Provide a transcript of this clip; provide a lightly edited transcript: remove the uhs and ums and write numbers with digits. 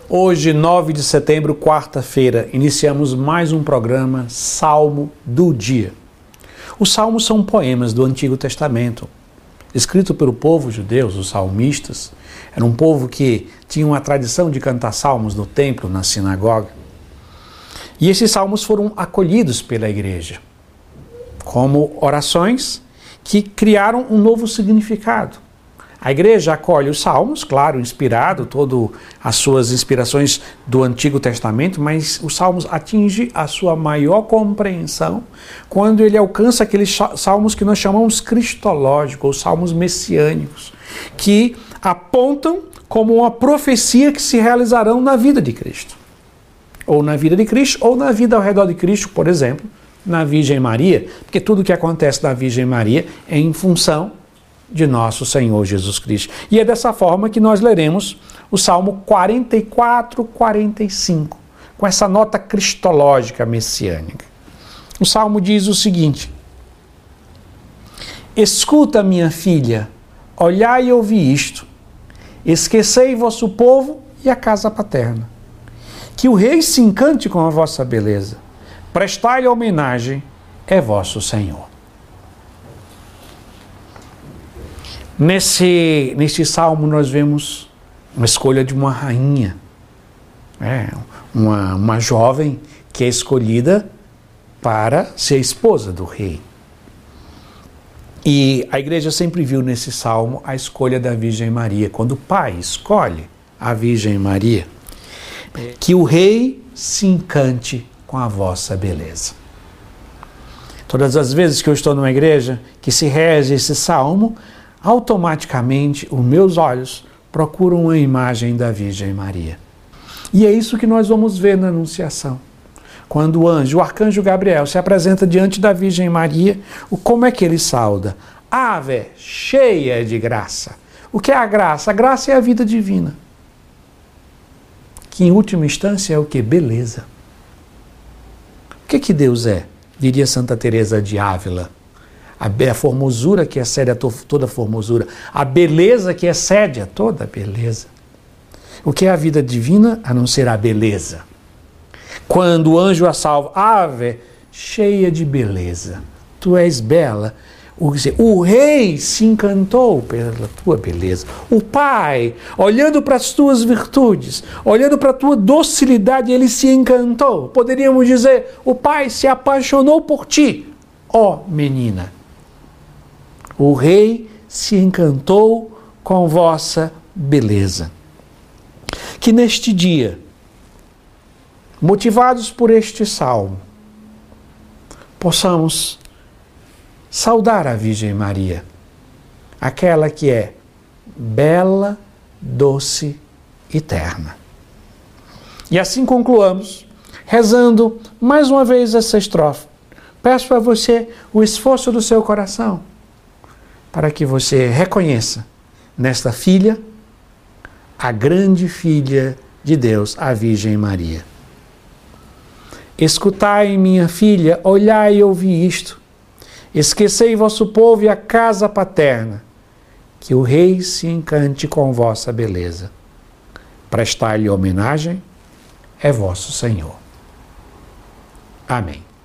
Hoje, 9 de setembro, quarta-feira, iniciamos mais um programa Salmo do Dia. Os salmos são poemas do Antigo Testamento, escrito pelo povo judeu, os salmistas. Era um povo que tinha uma tradição de cantar salmos no templo, na sinagoga. E esses salmos foram acolhidos pela igreja como orações que criaram um novo significado. A igreja acolhe os salmos, claro, inspirado, todas as suas inspirações do Antigo Testamento, mas os salmos atingem a sua maior compreensão quando ele alcança aqueles salmos que nós chamamos cristológicos, ou salmos messiânicos, que apontam como uma profecia que se realizarão na vida de Cristo. Ou na vida de Cristo, ou na vida ao redor de Cristo, por exemplo, na Virgem Maria, porque tudo que acontece na Virgem Maria é em função de nosso Senhor Jesus Cristo. E é dessa forma que nós leremos o Salmo 44, 45, com essa nota cristológica messiânica. O Salmo diz o seguinte: escuta, minha filha, olhai e ouvi isto, esquecei vosso povo e a casa paterna. Que o rei se encante com a vossa beleza, prestai-lhe homenagem, é vosso Senhor. Neste salmo nós vemos uma escolha de uma rainha, uma jovem que é escolhida para ser esposa do rei. E a igreja sempre viu nesse salmo a escolha da Virgem Maria, quando o pai escolhe a Virgem Maria. Que o rei se encante com a vossa beleza. Todas as vezes que eu estou numa igreja que se rege esse salmo, automaticamente os meus olhos procuram a imagem da Virgem Maria. E é isso que nós vamos ver na Anunciação. Quando o arcanjo Gabriel se apresenta diante da Virgem Maria, como é que ele sauda? Ave, cheia de graça. O que é a graça? A graça é a vida divina. Que em última instância é o que? Beleza. O que Deus é? Diria Santa Teresa de Ávila. A formosura que excede a toda formosura. A beleza que excede a toda beleza. O que é a vida divina a não ser a beleza? Quando o anjo a salva, ave, cheia de beleza, tu és bela. O rei se encantou pela tua beleza. O pai, olhando para as tuas virtudes, olhando para a tua docilidade, ele se encantou. Poderíamos dizer, o pai se apaixonou por ti, ó menina. O rei se encantou com vossa beleza. Que neste dia, motivados por este salmo, possamos saudar a Virgem Maria, aquela que é bela, doce e terna. E assim concluamos, rezando mais uma vez essa estrofe. Peço a você o esforço do seu coração, para que você reconheça nesta filha a grande filha de Deus, a Virgem Maria. Escutai, minha filha, olhai e ouvi isto. Esquecei vosso povo e a casa paterna, que o rei se encante com vossa beleza. Prestai-lhe homenagem, é vosso Senhor. Amém.